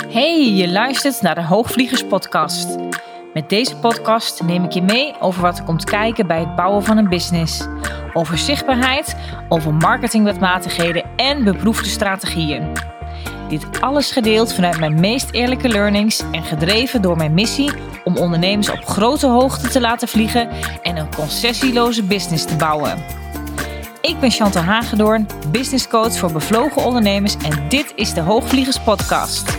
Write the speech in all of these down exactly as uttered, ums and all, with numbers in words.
Hey, je luistert naar de Hoogvliegers podcast. Met deze podcast neem ik je mee over wat er komt kijken bij het bouwen van een business. Over zichtbaarheid, over marketingwetmatigheden en beproefde strategieën. Dit alles gedeeld vanuit mijn meest eerlijke learnings en gedreven door mijn missie om ondernemers op grote hoogte te laten vliegen en een concessieloze business te bouwen. Ik ben Chantal Hagedoorn, business coach voor bevlogen ondernemers en dit is de Hoogvliegers podcast.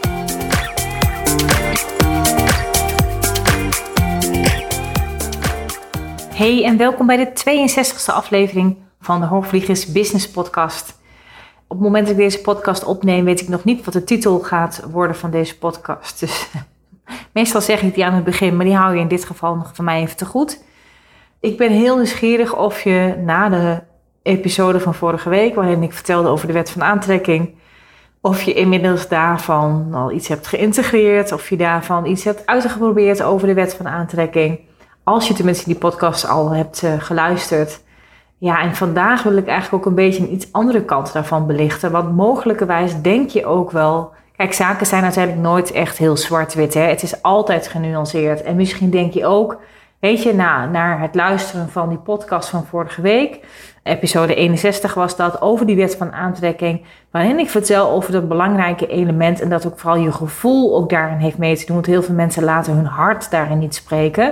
Hey en welkom bij de tweeënzestigste aflevering van de Hoogvliegers Business Podcast. Op het moment dat ik deze podcast opneem weet ik nog niet wat de titel gaat worden van deze podcast. Dus meestal zeg ik die aan het begin, maar die hou je in dit geval nog van mij even te goed. Ik ben heel nieuwsgierig of je na de episode van vorige week, waarin ik vertelde over de wet van aantrekking, of je inmiddels daarvan al iets hebt geïntegreerd, of je daarvan iets hebt uitgeprobeerd over de wet van aantrekking. Als je tenminste die podcast al hebt uh, geluisterd. Ja, en vandaag wil ik eigenlijk ook een beetje een iets andere kant daarvan belichten. Want mogelijkerwijs denk je ook wel... Kijk, zaken zijn uiteindelijk nooit echt heel zwart-wit. Hè? Het is altijd genuanceerd. En misschien denk je ook, weet je, na, naar het luisteren van die podcast van vorige week... episode eenenzestig was dat, over die wet van aantrekking... waarin ik vertel over dat belangrijke element... en dat ook vooral je gevoel ook daarin heeft mee te doen. Want heel veel mensen laten hun hart daarin niet spreken...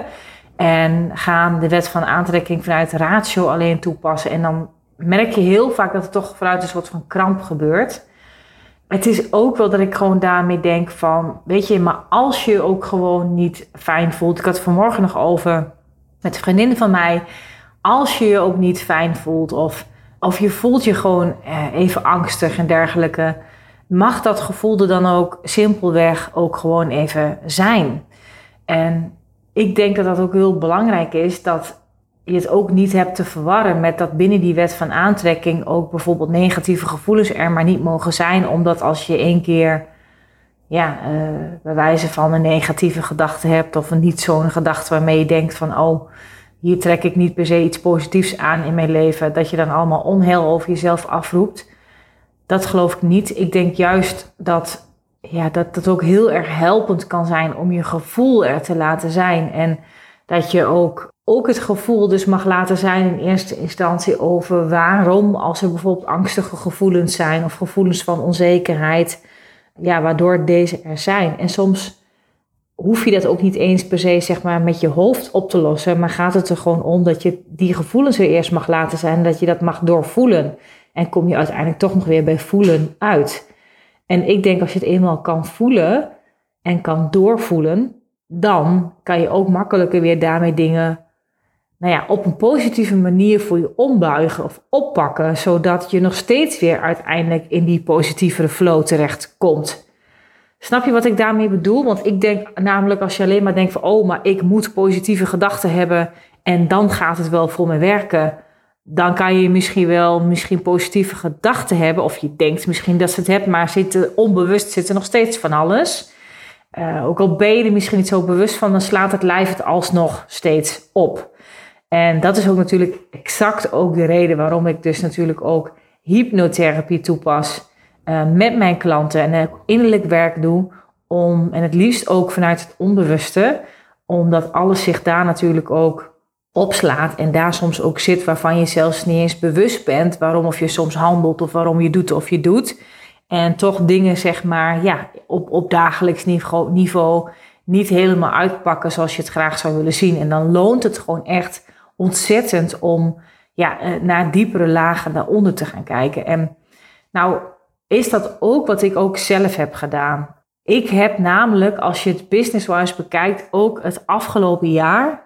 En gaan de wet van aantrekking vanuit ratio alleen toepassen. En dan merk je heel vaak dat het toch vanuit een soort van kramp gebeurt. Het is ook wel dat ik gewoon daarmee denk van... Weet je, maar als je ook gewoon niet fijn voelt... Ik had het vanmorgen nog over met een vriendin van mij. Als je je ook niet fijn voelt of, of je voelt je gewoon eh, even angstig en dergelijke... mag dat gevoel er dan ook simpelweg ook gewoon even zijn. En... Ik denk dat dat ook heel belangrijk is, dat je het ook niet hebt te verwarren met dat binnen die wet van aantrekking ook bijvoorbeeld negatieve gevoelens er maar niet mogen zijn. Omdat als je één keer, ja, uh, bij wijze van een negatieve gedachte hebt of een niet zo'n gedachte waarmee je denkt van, oh, hier trek ik niet per se iets positiefs aan in mijn leven, dat je dan allemaal onheil over jezelf afroept. Dat geloof ik niet. Ik denk juist dat... Ja, dat het ook heel erg helpend kan zijn om je gevoel er te laten zijn. En dat je ook, ook het gevoel dus mag laten zijn in eerste instantie over waarom, als er bijvoorbeeld angstige gevoelens zijn of gevoelens van onzekerheid, ja, waardoor deze er zijn. En soms hoef je dat ook niet eens per se zeg maar met je hoofd op te lossen, maar gaat het er gewoon om dat je die gevoelens er eerst mag laten zijn en dat je dat mag doorvoelen. En kom je uiteindelijk toch nog weer bij voelen uit. En ik denk als je het eenmaal kan voelen en kan doorvoelen, dan kan je ook makkelijker weer daarmee dingen, nou ja, op een positieve manier voor je ombuigen of oppakken, zodat je nog steeds weer uiteindelijk in die positievere flow terecht komt. Snap je wat ik daarmee bedoel? Want ik denk namelijk als je alleen maar denkt van, oh, maar ik moet positieve gedachten hebben en dan gaat het wel voor me werken. Dan kan je misschien wel misschien positieve gedachten hebben. Of je denkt misschien dat ze het hebt, maar zitten, onbewust zit er nog steeds van alles. Uh, ook al ben je er misschien niet zo bewust van, dan slaat het lijf het alsnog steeds op. En dat is ook natuurlijk exact ook de reden waarom ik dus natuurlijk ook hypnotherapie toepas. Uh, met mijn klanten en ook innerlijk werk doe. Om, en het liefst ook vanuit het onbewuste. Omdat alles zich daar natuurlijk ook opslaat en daar soms ook zit waarvan je zelfs niet eens bewust bent waarom of je soms handelt of waarom je doet of je doet. En toch dingen zeg maar ja, op, op dagelijks niveau, niveau niet helemaal uitpakken zoals je het graag zou willen zien. En dan loont het gewoon echt ontzettend om ja, naar diepere lagen daaronder te gaan kijken. En nou is dat ook wat ik ook zelf heb gedaan. Ik heb namelijk, als je het business-wise bekijkt, ook het afgelopen jaar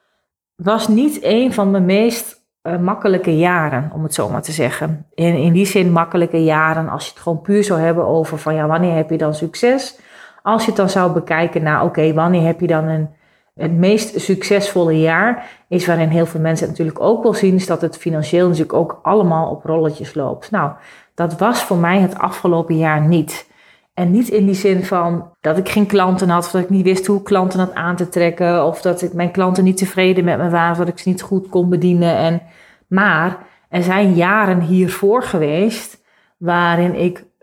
was niet een van mijn meest uh, makkelijke jaren, om het zo maar te zeggen. In, in die zin makkelijke jaren, als je het gewoon puur zou hebben over van ja, wanneer heb je dan succes? Als je het dan zou bekijken naar oké, okay, wanneer heb je dan een, het meest succesvolle jaar? Is waarin heel veel mensen het natuurlijk ook wel zien, is dat het financieel natuurlijk ook allemaal op rolletjes loopt. Nou, dat was voor mij het afgelopen jaar niet. En niet in die zin van dat ik geen klanten had, of dat ik niet wist hoe klanten had aan te trekken, of dat ik mijn klanten niet tevreden met me waren, of dat ik ze niet goed kon bedienen. En, maar er zijn jaren hiervoor geweest waarin ik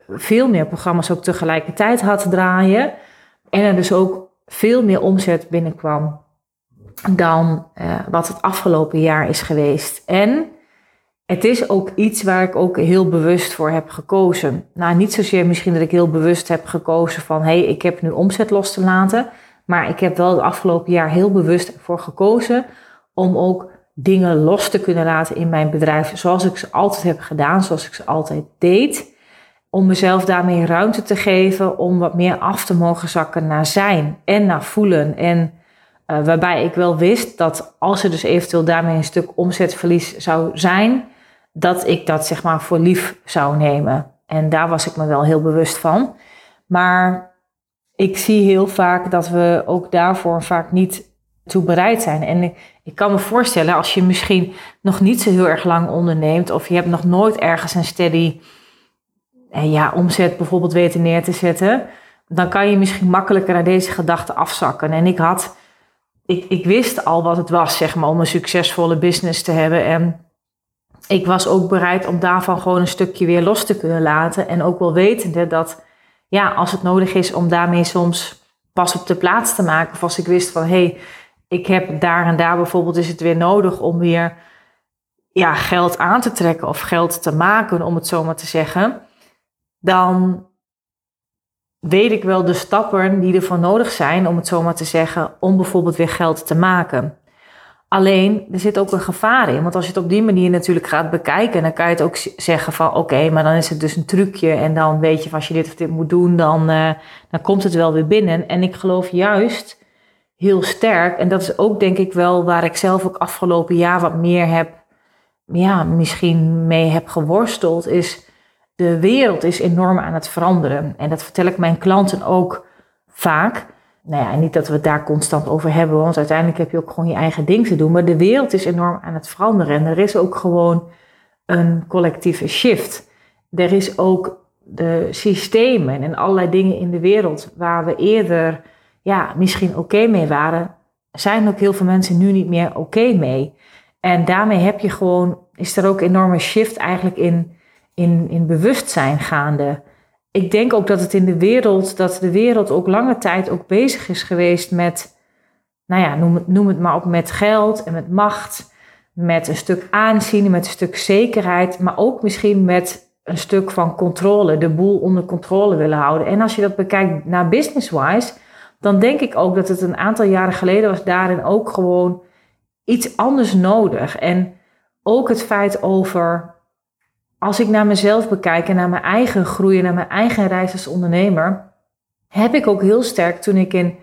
veel meer programma's ook tegelijkertijd had draaien. En er dus ook veel meer omzet binnenkwam dan uh, wat het afgelopen jaar is geweest. En het is ook iets waar ik ook heel bewust voor heb gekozen. Nou, niet zozeer misschien dat ik heel bewust heb gekozen van... hé, hey, ik heb nu omzet los te laten. Maar ik heb wel het afgelopen jaar heel bewust ervoor gekozen... om ook dingen los te kunnen laten in mijn bedrijf... zoals ik ze altijd heb gedaan, zoals ik ze altijd deed... om mezelf daarmee ruimte te geven om wat meer af te mogen zakken naar zijn en naar voelen. En uh, waarbij ik wel wist dat als er dus eventueel daarmee een stuk omzetverlies zou zijn... dat ik dat zeg maar voor lief zou nemen. En daar was ik me wel heel bewust van. Maar ik zie heel vaak dat we ook daarvoor vaak niet toe bereid zijn. En ik, ik kan me voorstellen als je misschien nog niet zo heel erg lang onderneemt... of je hebt nog nooit ergens een steady ja, omzet bijvoorbeeld weten neer te zetten... dan kan je misschien makkelijker naar deze gedachten afzakken. En ik had, ik, ik wist al wat het was, zeg maar, om een succesvolle business te hebben... en ik was ook bereid om daarvan gewoon een stukje weer los te kunnen laten. En ook wel wetende dat, ja, als het nodig is om daarmee soms pas op de plaats te maken. Of als ik wist van, hé, hey, ik heb daar en daar bijvoorbeeld is het weer nodig om weer ja, geld aan te trekken of geld te maken, om het zo maar te zeggen. Dan weet ik wel de stappen die ervoor nodig zijn, om het zo maar te zeggen, om bijvoorbeeld weer geld te maken. Alleen, er zit ook een gevaar in. Want als je het op die manier natuurlijk gaat bekijken... dan kan je het ook zeggen van... oké, okay, maar dan is het dus een trucje... en dan weet je, als je dit of dit moet doen... dan, uh, dan komt het wel weer binnen. En ik geloof juist heel sterk... en dat is ook denk ik wel... waar ik zelf ook afgelopen jaar wat meer heb... ja, misschien mee heb geworsteld... is de wereld is enorm aan het veranderen. En dat vertel ik mijn klanten ook vaak... Nou ja, en niet dat we het daar constant over hebben, want uiteindelijk heb je ook gewoon je eigen ding te doen. Maar de wereld is enorm aan het veranderen en er is ook gewoon een collectieve shift. Er is ook de systemen en allerlei dingen in de wereld waar we eerder ja, misschien oké okay mee waren, zijn ook heel veel mensen nu niet meer oké okay mee. En daarmee heb je gewoon, is er ook een enorme shift eigenlijk in, in, in bewustzijn gaande. Ik denk ook dat het in de wereld, dat de wereld ook lange tijd ook bezig is geweest met, nou ja, noem het, noem het maar op, met geld en met macht, met een stuk aanzien, met een stuk zekerheid, maar ook misschien met een stuk van controle, de boel onder controle willen houden. En als je dat bekijkt naar business-wise, dan denk ik ook dat het een aantal jaren geleden was daarin ook gewoon iets anders nodig. En ook het feit over, als ik naar mezelf bekijk en naar mijn eigen groei en naar mijn eigen reis als ondernemer, heb ik ook heel sterk toen ik in,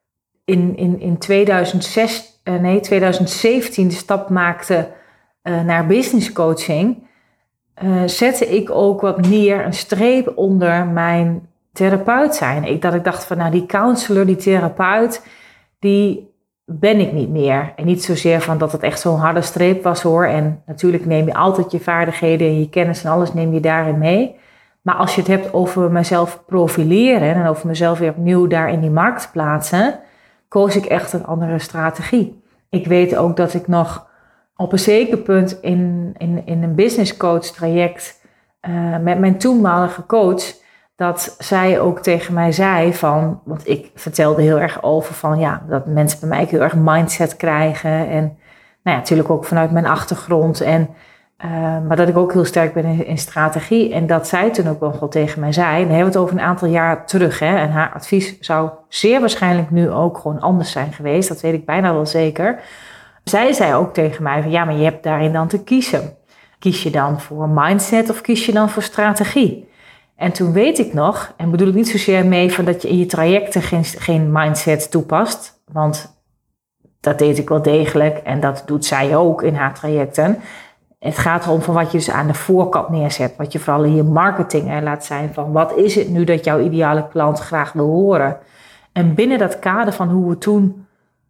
in, in, in tweeduizend zes, uh, nee, tweeduizend zeventien de stap maakte uh, naar business coaching, uh, zette ik ook wat meer een streep onder mijn therapeut zijn. Ik, dat ik dacht van, nou, die counselor, die therapeut, die ben ik niet meer. En niet zozeer van dat het echt zo'n harde streep was hoor. En natuurlijk neem je altijd je vaardigheden en je kennis en alles neem je daarin mee. Maar als je het hebt over mezelf profileren en over mezelf weer opnieuw daar in die markt plaatsen, koos ik echt een andere strategie. Ik weet ook dat ik nog op een zeker punt in, in, in een business coach traject uh, met mijn toenmalige coach, dat zij ook tegen mij zei van, want ik vertelde heel erg over van ja, dat mensen bij mij heel erg mindset krijgen en nou ja, natuurlijk ook vanuit mijn achtergrond en uh, maar dat ik ook heel sterk ben in, in strategie en dat zij toen ook wel tegen mij zei, en dan hebben we het over een aantal jaar terug hè, en haar advies zou zeer waarschijnlijk nu ook gewoon anders zijn geweest, dat weet ik bijna wel zeker. Zij zei ook tegen mij van ja, maar je hebt daarin dan te kiezen. Kies je dan voor mindset of kies je dan voor strategie? En toen weet ik nog, en bedoel ik niet zozeer mee van dat je in je trajecten geen, geen mindset toepast, want dat deed ik wel degelijk en dat doet zij ook in haar trajecten. Het gaat erom van wat je dus aan de voorkant neerzet, wat je vooral in je marketing er laat zijn van wat is het nu dat jouw ideale klant graag wil horen. En binnen dat kader van hoe we toen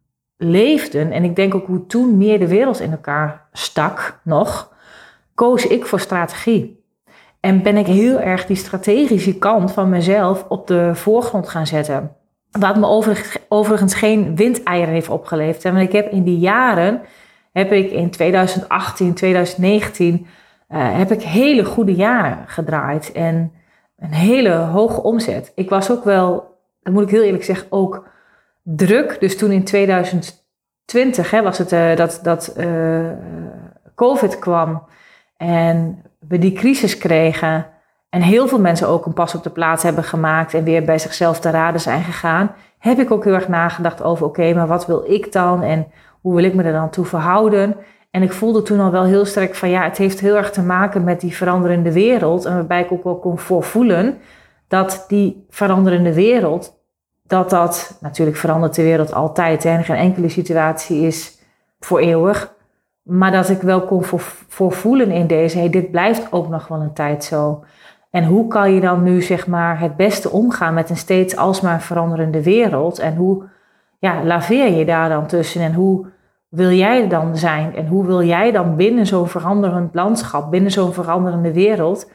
leefden, en ik denk ook hoe toen meer de wereld in elkaar stak nog, koos ik voor strategie. En ben ik heel erg die strategische kant van mezelf op de voorgrond gaan zetten. Wat me overigens, overigens geen windeieren heeft opgeleverd. Want ik heb in die jaren, heb ik in tweeduizend achttien, tweeduizend negentien, uh, heb ik hele goede jaren gedraaid. En een hele hoge omzet. Ik was ook wel, dat moet ik heel eerlijk zeggen, ook druk. Dus toen in tweeduizend twintig hè, was het uh, dat, dat uh, COVID kwam en we die crisis kregen en heel veel mensen ook een pas op de plaats hebben gemaakt en weer bij zichzelf te raden zijn gegaan, heb ik ook heel erg nagedacht over oké, okay, maar wat wil ik dan en hoe wil ik me er dan toe verhouden? En ik voelde toen al wel heel sterk van ja, het heeft heel erg te maken met die veranderende wereld. En waarbij ik ook wel kon voorvoelen dat die veranderende wereld, dat dat, natuurlijk verandert de wereld altijd. Hè, en geen enkele situatie is voor eeuwig. Maar dat ik wel kon voorvoelen in deze, hey, dit blijft ook nog wel een tijd zo. En hoe kan je dan nu zeg maar het beste omgaan met een steeds alsmaar veranderende wereld? En hoe ja, laveer je daar dan tussen en hoe wil jij dan zijn? En hoe wil jij dan binnen zo'n veranderend landschap, binnen zo'n veranderende wereld,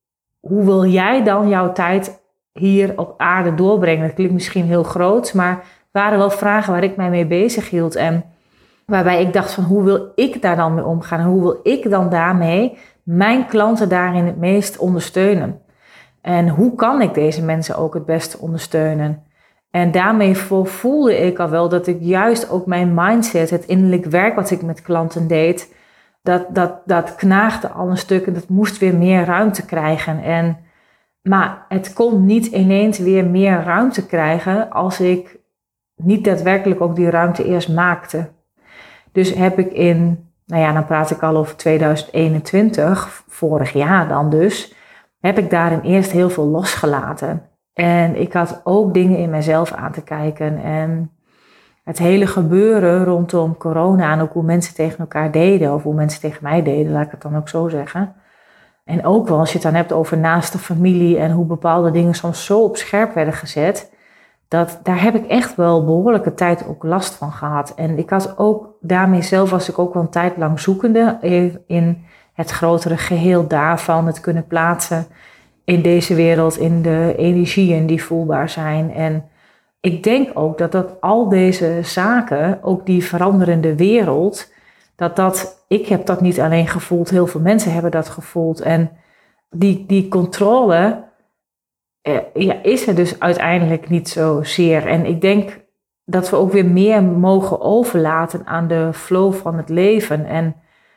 hoe wil jij dan jouw tijd hier op aarde doorbrengen? Dat klinkt misschien heel groot, maar het waren wel vragen waar ik mij mee bezig hield. En waarbij ik dacht van hoe wil ik daar dan mee omgaan? En hoe wil ik dan daarmee mijn klanten daarin het meest ondersteunen? En hoe kan ik deze mensen ook het beste ondersteunen? En daarmee voelde ik al wel dat ik juist ook mijn mindset, het innerlijk werk wat ik met klanten deed, dat, dat, dat knaagde al een stuk en dat moest weer meer ruimte krijgen. En, maar het kon niet ineens weer meer ruimte krijgen als ik niet daadwerkelijk ook die ruimte eerst maakte. Dus heb ik in, nou ja, dan praat ik al over tweeduizend eenentwintig, vorig jaar dan dus, heb ik daarin eerst heel veel losgelaten. En ik had ook dingen in mezelf aan te kijken. En het hele gebeuren rondom corona en ook hoe mensen tegen elkaar deden. Of hoe mensen tegen mij deden, laat ik het dan ook zo zeggen. En ook wel als je het dan hebt over naaste familie en hoe bepaalde dingen soms zo op scherp werden gezet. Dat, daar heb ik echt wel behoorlijke tijd ook last van gehad. En ik had ook daarmee zelf was ik ook wel een tijd lang zoekende in het grotere geheel daarvan. Het kunnen plaatsen in deze wereld, in de energieën die voelbaar zijn. En ik denk ook dat dat al deze zaken, ook die veranderende wereld, dat dat, ik heb dat niet alleen gevoeld, heel veel mensen hebben dat gevoeld. En die, die controle eh, ja, is er dus uiteindelijk niet zozeer. En ik denk dat we ook weer meer mogen overlaten aan de flow van het leven. En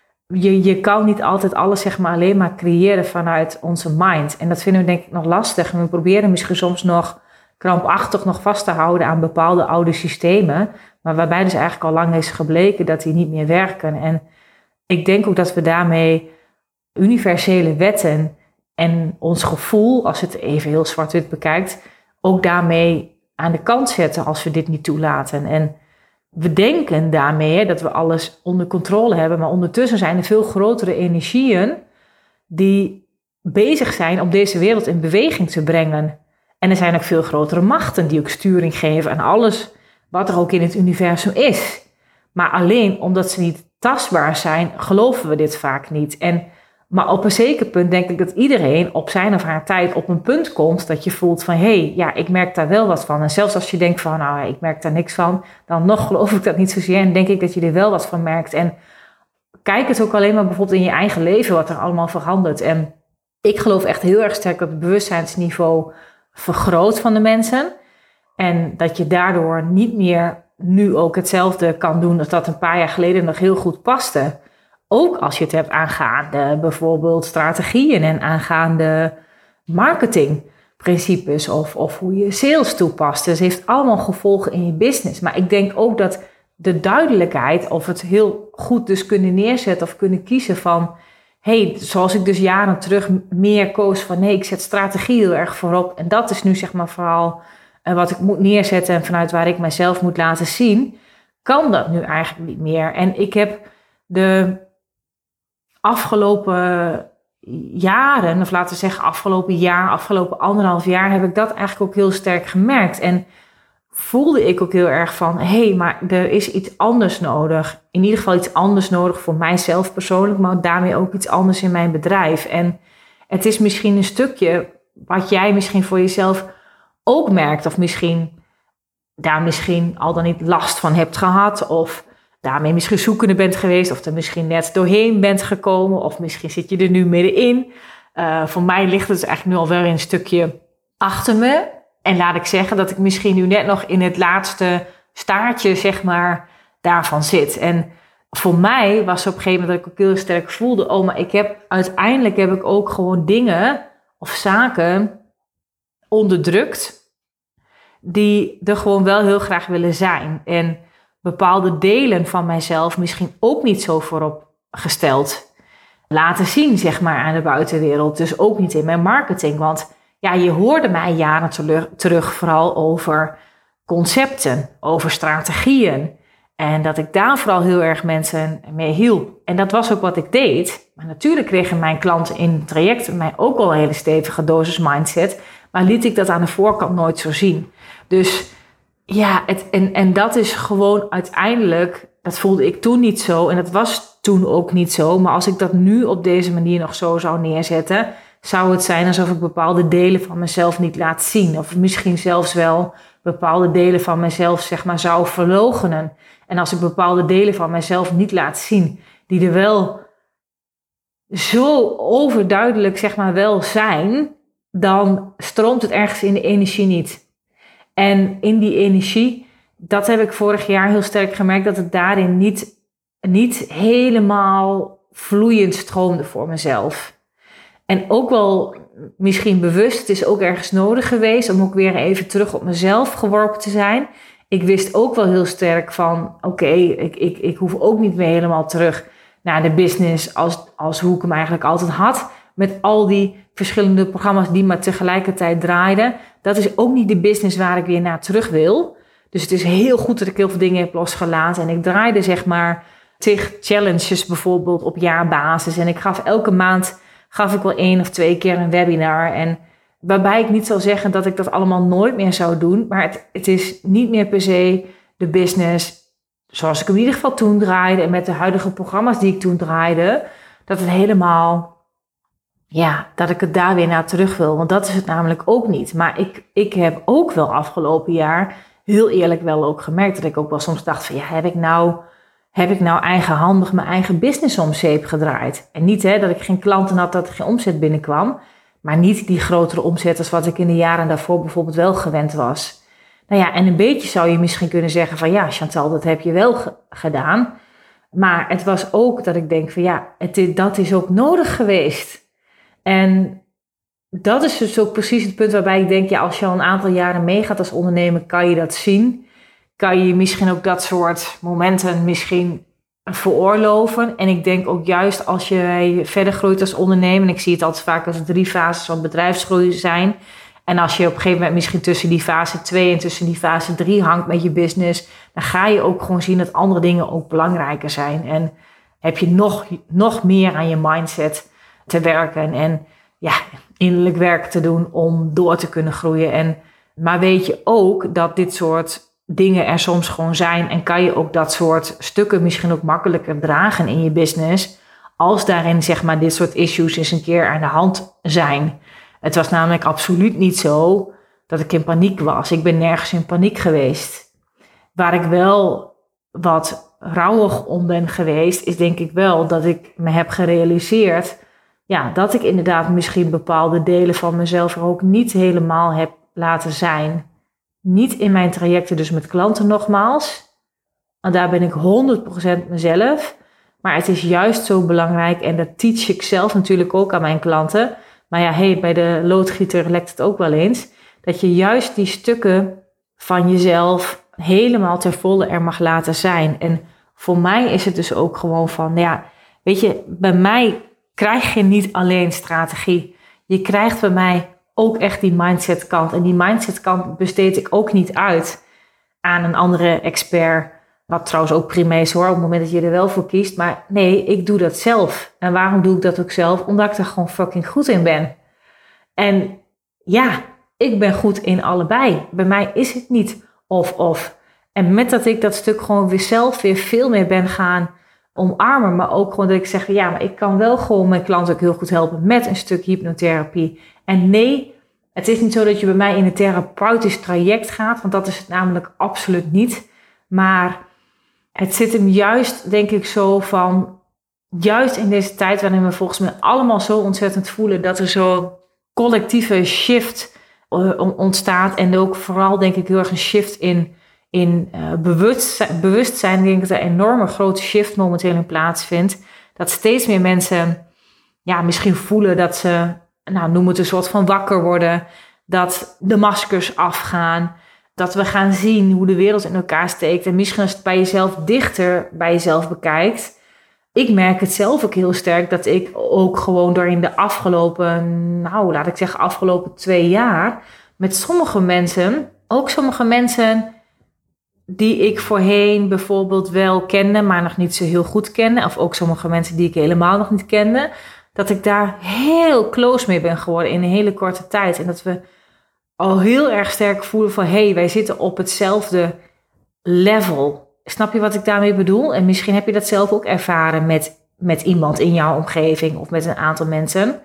Je, je kan niet altijd alles zeg maar alleen maar creëren vanuit onze mind. En dat vinden we denk ik nog lastig. En we proberen misschien soms nog krampachtig nog vast te houden aan bepaalde oude systemen. Maar waarbij dus eigenlijk al lang is gebleken dat die niet meer werken. En ik denk ook dat we daarmee universele wetten en ons gevoel, als je het even heel zwart-wit bekijkt, ook daarmee aan de kant zetten als we dit niet toelaten. En we denken daarmee hè, dat we alles onder controle hebben, maar ondertussen zijn er veel grotere energieën die bezig zijn om deze wereld in beweging te brengen. En er zijn ook veel grotere machten die ook sturing geven aan alles wat er ook in het universum is. Maar alleen omdat ze niet tastbaar zijn, geloven we dit vaak niet. En, maar op een zeker punt denk ik dat iedereen op zijn of haar tijd op een punt komt dat je voelt van, hé, hey, ja, ik merk daar wel wat van. En zelfs als je denkt van, nou, ik merk daar niks van, dan nog geloof ik dat niet zozeer en denk ik dat je er wel wat van merkt. En kijk het ook alleen maar bijvoorbeeld in je eigen leven wat er allemaal verandert. En ik geloof echt heel erg sterk dat het bewustzijnsniveau vergroot van de mensen. En dat je daardoor niet meer nu ook hetzelfde kan doen als dat een paar jaar geleden nog heel goed paste. Ook als je het hebt aangaande bijvoorbeeld strategieën en aangaande marketingprincipes of, of hoe je sales toepast. Dus het heeft allemaal gevolgen in je business. Maar ik denk ook dat de duidelijkheid of het heel goed dus kunnen neerzetten of kunnen kiezen van, hey, zoals ik dus jaren terug meer koos van nee, ik zet strategie heel erg voorop. En dat is nu zeg maar vooral uh, wat ik moet neerzetten en vanuit waar ik mezelf moet laten zien, kan dat nu eigenlijk niet meer. En ik heb de afgelopen jaren, of laten we zeggen afgelopen jaar, afgelopen anderhalf jaar, heb ik dat eigenlijk ook heel sterk gemerkt. En voelde ik ook heel erg van, hé, hey, maar er is iets anders nodig. In ieder geval iets anders nodig voor mijzelf persoonlijk, maar daarmee ook iets anders in mijn bedrijf. En het is misschien een stukje wat jij misschien voor jezelf ook merkt, of misschien daar misschien al dan niet last van hebt gehad, of daarmee misschien zoekende bent geweest, of er misschien net doorheen bent gekomen, of misschien zit je er nu middenin. Uh, voor mij ligt het eigenlijk nu al wel een stukje achter me. En laat ik zeggen dat ik misschien nu net nog in het laatste staartje, zeg maar, daarvan zit. En voor mij was op een gegeven moment dat ik ook heel sterk voelde, oh, maar ik heb uiteindelijk heb ik ook gewoon dingen of zaken onderdrukt die er gewoon wel heel graag willen zijn. En bepaalde delen van mijzelf misschien ook niet zo voorop gesteld laten zien, zeg maar, aan de buitenwereld. Dus ook niet in mijn marketing. Want ja, je hoorde mij jaren terug vooral over concepten, over strategieën. En dat ik daar vooral heel erg mensen mee hielp. En dat was ook wat ik deed. Maar natuurlijk kregen mijn klanten in het traject mij ook wel een hele stevige dosis mindset. Maar liet ik dat aan de voorkant nooit zo zien. Dus ja, het, en, en dat is gewoon uiteindelijk, dat voelde ik toen niet zo. En dat was toen ook niet zo. Maar als ik dat nu op deze manier nog zo zou neerzetten, zou het zijn alsof ik bepaalde delen van mezelf niet laat zien. Of misschien zelfs wel bepaalde delen van mezelf, zeg maar, zou verloochenen. En als ik bepaalde delen van mezelf niet laat zien, die er wel zo overduidelijk, zeg maar, wel zijn, dan stroomt het ergens in de energie niet. En in die energie, dat heb ik vorig jaar heel sterk gemerkt, dat het daarin niet, niet helemaal vloeiend stroomde voor mezelf. En ook wel misschien bewust, het is ook ergens nodig geweest om ook weer even terug op mezelf geworpen te zijn. Ik wist ook wel heel sterk van, oké, okay, ik, ik, ik hoef ook niet meer helemaal terug naar de business als, als hoe ik hem eigenlijk altijd had. Met al die verschillende programma's die maar tegelijkertijd draaiden. Dat is ook niet de business waar ik weer naar terug wil. Dus het is heel goed dat ik heel veel dingen heb losgelaten. En ik draaide, zeg maar, tig challenges bijvoorbeeld op jaarbasis. En ik gaf elke maand gaf ik wel één of twee keer een webinar. En waarbij ik niet zal zeggen dat ik dat allemaal nooit meer zou doen. Maar het, het is niet meer per se de business zoals ik hem in ieder geval toen draaide. En met de huidige programma's die ik toen draaide. Dat het helemaal, ja, dat ik het daar weer naar terug wil. Want dat is het namelijk ook niet. Maar ik, ik heb ook wel afgelopen jaar heel eerlijk wel ook gemerkt. Dat ik ook wel soms dacht van, ja, heb ik nou... Heb ik nou eigenhandig mijn eigen business om zeep gedraaid? En niet hè, dat ik geen klanten had, dat er geen omzet binnenkwam. Maar niet die grotere omzet als wat ik in de jaren daarvoor bijvoorbeeld wel gewend was. Nou ja, en een beetje zou je misschien kunnen zeggen van ja, Chantal, dat heb je wel ge- gedaan. Maar het was ook dat ik denk van ja, het, dat is ook nodig geweest. En dat is dus ook precies het punt waarbij ik denk, ja, als je al een aantal jaren meegaat als ondernemer, kan je dat zien. Kan je misschien ook dat soort momenten misschien veroorloven. En ik denk ook juist als je verder groeit als ondernemer, en ik zie het altijd vaak als drie fases van bedrijfsgroei zijn. En als je op een gegeven moment misschien tussen die fase twee en tussen die fase drie hangt met je business, dan ga je ook gewoon zien dat andere dingen ook belangrijker zijn. En heb je nog, nog meer aan je mindset te werken en ja, innerlijk werk te doen om door te kunnen groeien. En, maar weet je ook dat dit soort dingen er soms gewoon zijn en kan je ook dat soort stukken misschien ook makkelijker dragen in je business als daarin, zeg maar, dit soort issues eens een keer aan de hand zijn. Het was namelijk absoluut niet zo dat ik in paniek was. Ik ben nergens in paniek geweest. Waar ik wel wat rouwig om ben geweest, is denk ik wel dat ik me heb gerealiseerd, ja, dat ik inderdaad misschien bepaalde delen van mezelf er ook niet helemaal heb laten zijn. Niet in mijn trajecten, dus met klanten nogmaals. Want daar ben ik honderd procent mezelf. Maar het is juist zo belangrijk, en dat teach ik zelf natuurlijk ook aan mijn klanten. Maar ja, hey, bij de loodgieter lekt het ook wel eens. Dat je juist die stukken van jezelf helemaal ter volle er mag laten zijn. En voor mij is het dus ook gewoon van, ja, weet je, bij mij krijg je niet alleen strategie. Je krijgt bij mij ook echt die mindset kant. En die mindset kant besteed ik ook niet uit aan een andere expert. Wat trouwens ook prima is hoor, op het moment dat je er wel voor kiest. Maar nee, ik doe dat zelf. En waarom doe ik dat ook zelf? Omdat ik er gewoon fucking goed in ben. En ja, ik ben goed in allebei. Bij mij is het niet of-of. En met dat ik dat stuk gewoon weer zelf weer veel meer ben gaan omarmen. Maar ook gewoon dat ik zeg, ja, maar ik kan wel gewoon mijn klanten ook heel goed helpen met een stuk hypnotherapie. En nee, het is niet zo dat je bij mij in een therapeutisch traject gaat. Want dat is het namelijk absoluut niet. Maar het zit hem juist, denk ik, zo van juist in deze tijd waarin we volgens mij allemaal zo ontzettend voelen dat er zo'n collectieve shift uh, ontstaat. En ook vooral denk ik heel erg een shift in, in uh, bewustzijn, bewustzijn. Ik denk dat er een enorme grote shift momenteel in plaatsvindt. Dat steeds meer mensen ja, misschien voelen dat ze, nou noem het een soort van wakker worden. Dat de maskers afgaan. Dat we gaan zien hoe de wereld in elkaar steekt. En misschien als je het bij jezelf dichter bij jezelf bekijkt. Ik merk het zelf ook heel sterk dat ik ook gewoon door in de afgelopen, nou laat ik zeggen afgelopen twee jaar, met sommige mensen, ook sommige mensen die ik voorheen bijvoorbeeld wel kende, maar nog niet zo heel goed kende, of ook sommige mensen die ik helemaal nog niet kende, dat ik daar heel close mee ben geworden in een hele korte tijd. En dat we al heel erg sterk voelen van, hé, hey, wij zitten op hetzelfde level. Snap je wat ik daarmee bedoel? En misschien heb je dat zelf ook ervaren met, met iemand in jouw omgeving of met een aantal mensen.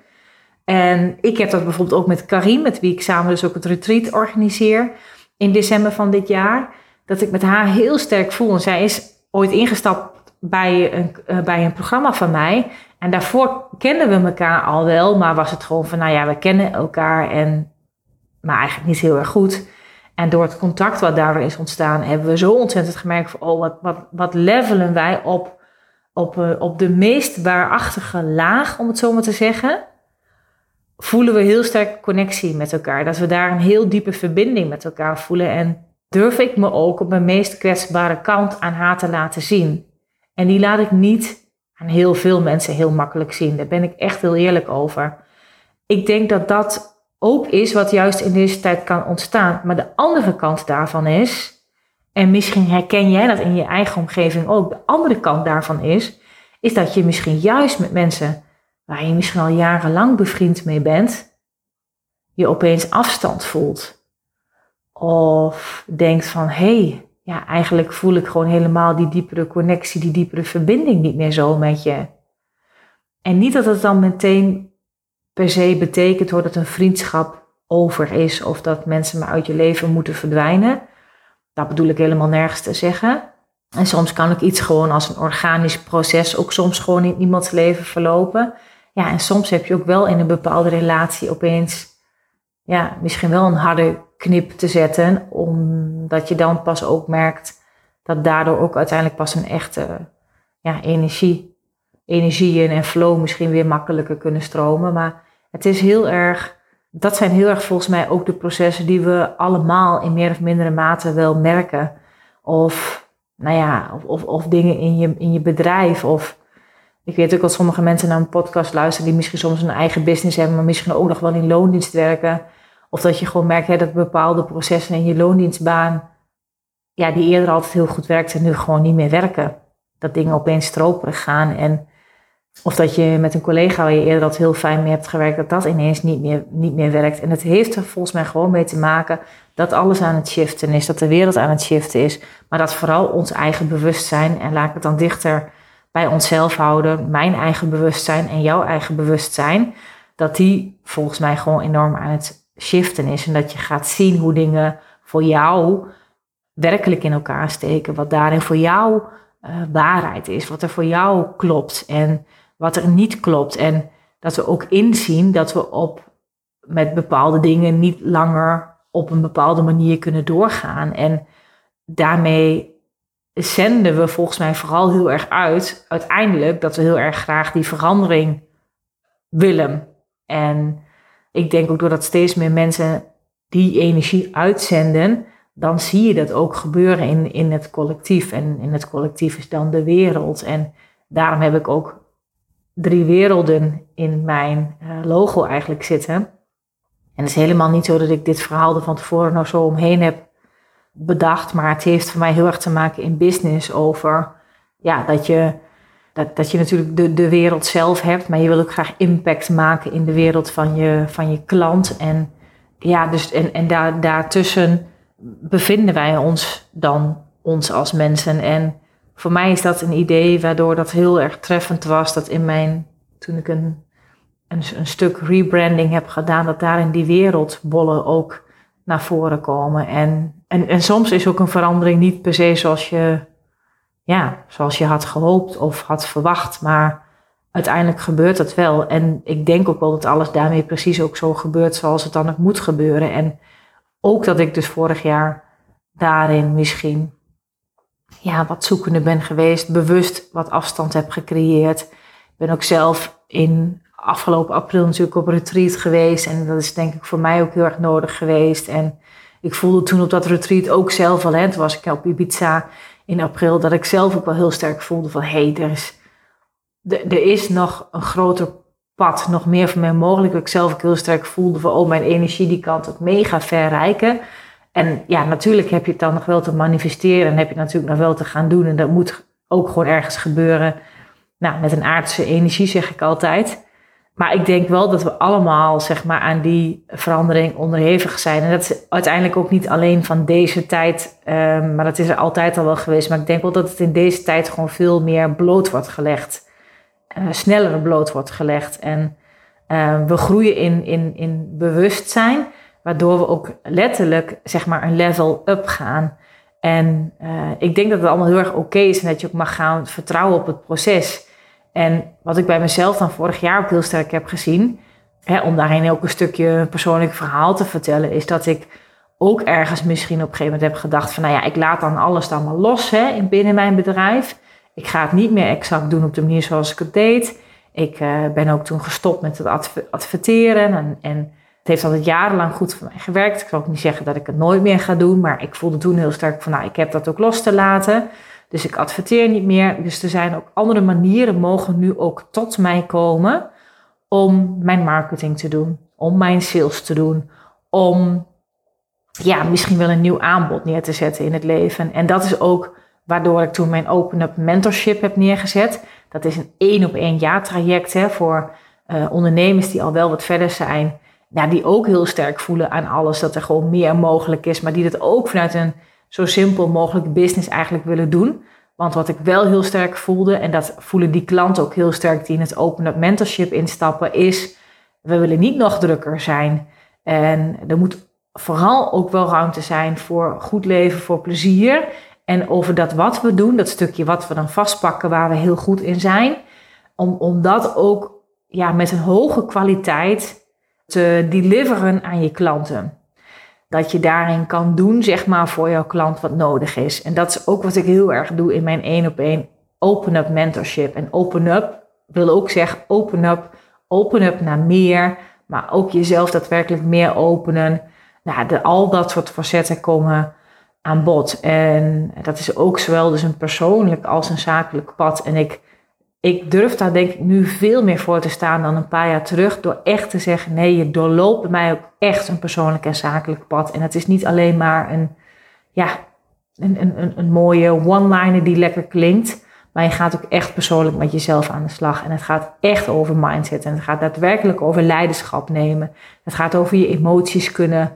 En ik heb dat bijvoorbeeld ook met Karim, met wie ik samen dus ook het retreat organiseer in december van dit jaar. Dat ik met haar heel sterk voel. En zij is ooit ingestapt bij een, uh, bij een programma van mij. En daarvoor kenden we elkaar al wel, maar was het gewoon van, nou ja, we kennen elkaar, en, maar eigenlijk niet heel erg goed. En door het contact wat daardoor is ontstaan, hebben we zo ontzettend gemerkt van, oh, wat, wat, wat levelen wij op, op, uh, op de meest waarachtige laag, om het zo maar te zeggen. Voelen we heel sterk connectie met elkaar. Dat we daar een heel diepe verbinding met elkaar voelen. En durf ik me ook op mijn meest kwetsbare kant aan haar te laten zien. En die laat ik niet aan heel veel mensen heel makkelijk zien. Daar ben ik echt heel eerlijk over. Ik denk dat dat ook is wat juist in deze tijd kan ontstaan. Maar de andere kant daarvan is, en misschien herken jij dat in je eigen omgeving ook, de andere kant daarvan is, is dat je misschien juist met mensen waar je misschien al jarenlang bevriend mee bent, je opeens afstand voelt. Of denkt van, hé, hey, ja, eigenlijk voel ik gewoon helemaal die diepere connectie, die diepere verbinding niet meer zo met je. En niet dat het dan meteen per se betekent hoor, dat een vriendschap over is of dat mensen maar uit je leven moeten verdwijnen. Dat bedoel ik helemaal nergens te zeggen. En soms kan ook iets gewoon als een organisch proces ook soms gewoon in iemands leven verlopen. Ja, en soms heb je ook wel in een bepaalde relatie opeens, ja, misschien wel een harde knip te zetten, omdat je dan pas ook merkt dat daardoor ook uiteindelijk pas een echte ja, energie, energieën en flow misschien weer makkelijker kunnen stromen. Maar het is heel erg, dat zijn heel erg volgens mij ook de processen die we allemaal in meer of mindere mate wel merken. Of, nou ja, of, of, of dingen in je, in je bedrijf. Of ik weet ook dat sommige mensen naar een podcast luisteren die misschien soms een eigen business hebben, maar misschien ook nog wel in loondienst werken. Of dat je gewoon merkt hè, dat bepaalde processen in je loondienstbaan, ja, die eerder altijd heel goed werkten, nu gewoon niet meer werken. Dat dingen opeens stroperig gaan. En of dat je met een collega waar je eerder altijd heel fijn mee hebt gewerkt, dat dat ineens niet meer, niet meer werkt. En het heeft er volgens mij gewoon mee te maken dat alles aan het shiften is, dat de wereld aan het shiften is. Maar dat vooral ons eigen bewustzijn, en laat ik het dan dichter bij onszelf houden, mijn eigen bewustzijn en jouw eigen bewustzijn, dat die volgens mij gewoon enorm aan het shiften is. En dat je gaat zien hoe dingen voor jou werkelijk in elkaar steken. Wat daarin voor jou uh, waarheid is. Wat er voor jou klopt en wat er niet klopt. En dat we ook inzien dat we op, met bepaalde dingen niet langer op een bepaalde manier kunnen doorgaan. En daarmee zenden we volgens mij vooral heel erg uit, uiteindelijk, dat we heel erg graag die verandering willen. En ik denk ook doordat steeds meer mensen die energie uitzenden, dan zie je dat ook gebeuren in, in het collectief. En in het collectief is dan de wereld. En daarom heb ik ook drie werelden in mijn uh, logo eigenlijk zitten. En het is helemaal niet zo dat ik dit verhaal er van tevoren nog zo omheen heb bedacht. Maar het heeft voor mij heel erg te maken in business over ja, dat je, dat, dat je natuurlijk de, de wereld zelf hebt. Maar je wil ook graag impact maken in de wereld van je, van je klant. En, ja, dus, en, en daar, daartussen bevinden wij ons dan, ons als mensen. En voor mij is dat een idee waardoor dat heel erg treffend was. Dat in mijn, toen ik een, een, een stuk rebranding heb gedaan, dat daarin die wereldbollen ook naar voren komen. En, en, en soms is ook een verandering niet per se zoals je, ja, zoals je had gehoopt of had verwacht. Maar uiteindelijk gebeurt dat wel. En ik denk ook wel dat alles daarmee precies ook zo gebeurt zoals het dan ook moet gebeuren. En ook dat ik dus vorig jaar daarin misschien ja, wat zoekende ben geweest. Bewust wat afstand heb gecreëerd. Ik ben ook zelf in afgelopen april natuurlijk op retreat geweest. En dat is denk ik voor mij ook heel erg nodig geweest. En ik voelde toen op dat retreat ook zelf al. Hè, toen was ik op Ibiza in april. Dat ik zelf ook wel heel sterk voelde van hé, hey, er is... Er is nog een groter pad, nog meer voor mij mogelijk. Dat ik zelf ook heel sterk voelde van, oh, mijn energie die kan het mega verrijken. En ja, natuurlijk heb je het dan nog wel te manifesteren en heb je het natuurlijk nog wel te gaan doen. En dat moet ook gewoon ergens gebeuren. Nou, met een aardse energie zeg ik altijd. Maar ik denk wel dat we allemaal zeg maar aan die verandering onderhevig zijn. En dat is uiteindelijk ook niet alleen van deze tijd, um, maar dat is er altijd al wel geweest. Maar ik denk wel dat het in deze tijd gewoon veel meer bloot wordt gelegd. Uh, sneller bloot wordt gelegd. En uh, we groeien in, in, in bewustzijn, waardoor we ook letterlijk zeg maar een level up gaan. En uh, ik denk dat het allemaal heel erg oké is en dat je ook mag gaan vertrouwen op het proces. En wat ik bij mezelf dan vorig jaar ook heel sterk heb gezien, hè, om daarin ook een stukje persoonlijk verhaal te vertellen, is dat ik ook ergens misschien op een gegeven moment heb gedacht van, nou ja, ik laat dan alles dan maar los hè, binnen mijn bedrijf. Ik ga het niet meer exact doen op de manier zoals ik het deed. Ik uh, ben ook toen gestopt met het adver- adverteren. En, en het heeft altijd jarenlang goed voor mij gewerkt. Ik zal ook niet zeggen dat ik het nooit meer ga doen. Maar ik voelde toen heel sterk van, nou, ik heb dat ook los te laten. Dus ik adverteer niet meer. Dus er zijn ook andere manieren mogen nu ook tot mij komen om mijn marketing te doen. Om mijn sales te doen. Om ja, misschien wel een nieuw aanbod neer te zetten in het leven. En dat is ook waardoor ik toen mijn Open Up Mentorship heb neergezet. Dat is een één op één jaartraject hè, voor uh, ondernemers die al wel wat verder zijn. Ja, die ook heel sterk voelen aan alles, dat er gewoon meer mogelijk is. Maar die dat ook vanuit een zo simpel mogelijk business eigenlijk willen doen. Want wat ik wel heel sterk voelde, en dat voelen die klanten ook heel sterk die in het Open Up Mentorship instappen, is we willen niet nog drukker zijn. En er moet vooral ook wel ruimte zijn voor goed leven, voor plezier. En over dat wat we doen, dat stukje wat we dan vastpakken waar we heel goed in zijn. Om, om dat ook ja, met een hoge kwaliteit te deliveren aan je klanten. Dat je daarin kan doen zeg maar voor jouw klant wat nodig is. En dat is ook wat ik heel erg doe in mijn één op één Open Up Mentorship. En Open Up wil ook zeggen open up, open up naar meer. Maar ook jezelf daadwerkelijk meer openen. Nou, de, al dat soort facetten komen aan bod. En dat is ook zowel dus een persoonlijk als een zakelijk pad. En ik, ik durf daar denk ik nu veel meer voor te staan dan een paar jaar terug. Door echt te zeggen, nee, je doorloopt bij mij ook echt een persoonlijk en zakelijk pad. En het is niet alleen maar een, ja, een, een, een mooie one-liner die lekker klinkt. Maar je gaat ook echt persoonlijk met jezelf aan de slag. En het gaat echt over mindset. En het gaat daadwerkelijk over leiderschap nemen. Het gaat over je emoties kunnen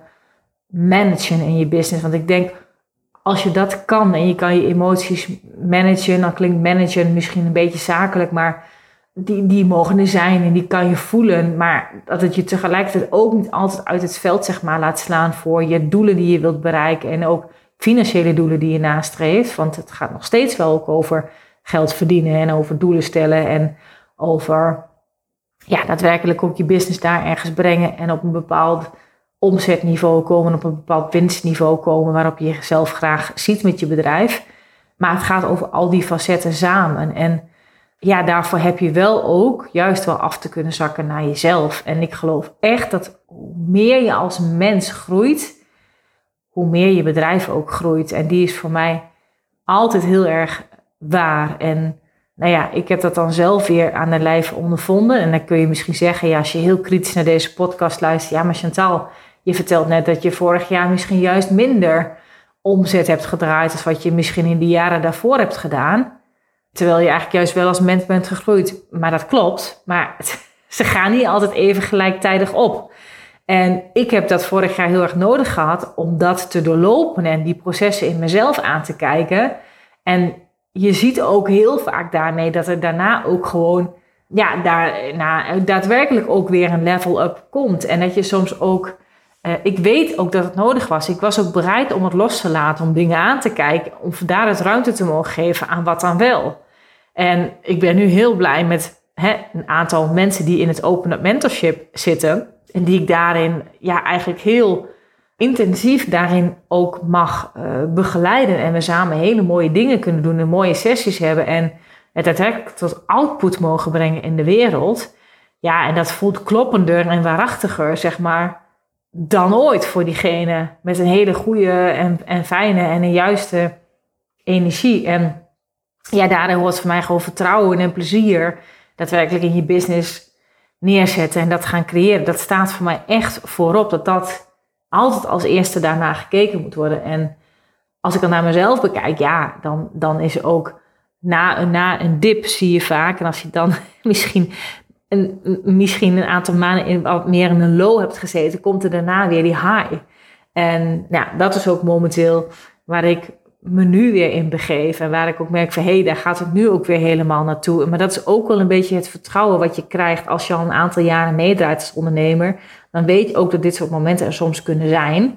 managen in je business. Want ik denk, als je dat kan en je kan je emoties managen, dan klinkt managen misschien een beetje zakelijk, maar die, die mogen er zijn en die kan je voelen. Maar dat het je tegelijkertijd ook niet altijd uit het veld zeg maar, laat slaan voor je doelen die je wilt bereiken en ook financiële doelen die je nastreeft. Want het gaat nog steeds wel ook over geld verdienen en over doelen stellen en over ja, daadwerkelijk ook je business daar ergens brengen en op een bepaald omzetniveau komen, op een bepaald winstniveau komen waarop je jezelf graag ziet met je bedrijf. Maar het gaat over al die facetten samen. En ja, daarvoor heb je wel ook juist wel af te kunnen zakken naar jezelf. En ik geloof echt dat hoe meer je als mens groeit, hoe meer je bedrijf ook groeit. En die is voor mij altijd heel erg waar. En nou ja, ik heb dat dan zelf weer aan de lijf ondervonden. En dan kun je misschien zeggen, ja, als je heel kritisch naar deze podcast luistert, ja, maar Chantal, je vertelt net dat je vorig jaar misschien juist minder omzet hebt gedraaid als wat je misschien in de jaren daarvoor hebt gedaan. Terwijl je eigenlijk juist wel als mens bent gegroeid. Maar dat klopt, maar het, ze gaan niet altijd even gelijktijdig op. En ik heb dat vorig jaar heel erg nodig gehad om dat te doorlopen en die processen in mezelf aan te kijken. En je ziet ook heel vaak daarmee dat er daarna ook gewoon, ja, daarna daadwerkelijk ook weer een level up komt. En dat je soms ook, uh, ik weet ook dat het nodig was. Ik was ook bereid om het los te laten, om dingen aan te kijken, om daar het ruimte te mogen geven aan wat dan wel. En ik ben nu heel blij met hè, een aantal mensen die in het Open-up Mentorship zitten. En die ik daarin ja, eigenlijk heel intensief daarin ook mag uh, begeleiden. En we samen hele mooie dingen kunnen doen en mooie sessies hebben. En het uiteindelijk tot output mogen brengen in de wereld. Ja, en dat voelt kloppender en waarachtiger, zeg maar, dan ooit voor diegene. Met een hele goede en, en fijne en een juiste energie. En ja, daarin hoort voor mij gewoon vertrouwen en plezier daadwerkelijk in je business neerzetten en dat gaan creëren. Dat staat voor mij echt voorop, dat dat altijd als eerste daarna gekeken moet worden. En als ik dan naar mezelf bekijk, ja, dan, dan is ook na, na een dip zie je vaak. En als je dan misschien een, misschien een aantal maanden in, wat meer in een low hebt gezeten, komt er daarna weer die high. En ja, dat is ook momenteel waar ik me nu weer in begeef. En waar ik ook merk van, hé, hey, daar gaat het nu ook weer helemaal naartoe. Maar dat is ook wel een beetje het vertrouwen wat je krijgt als je al een aantal jaren meedraait als ondernemer. Dan weet je ook dat dit soort momenten er soms kunnen zijn.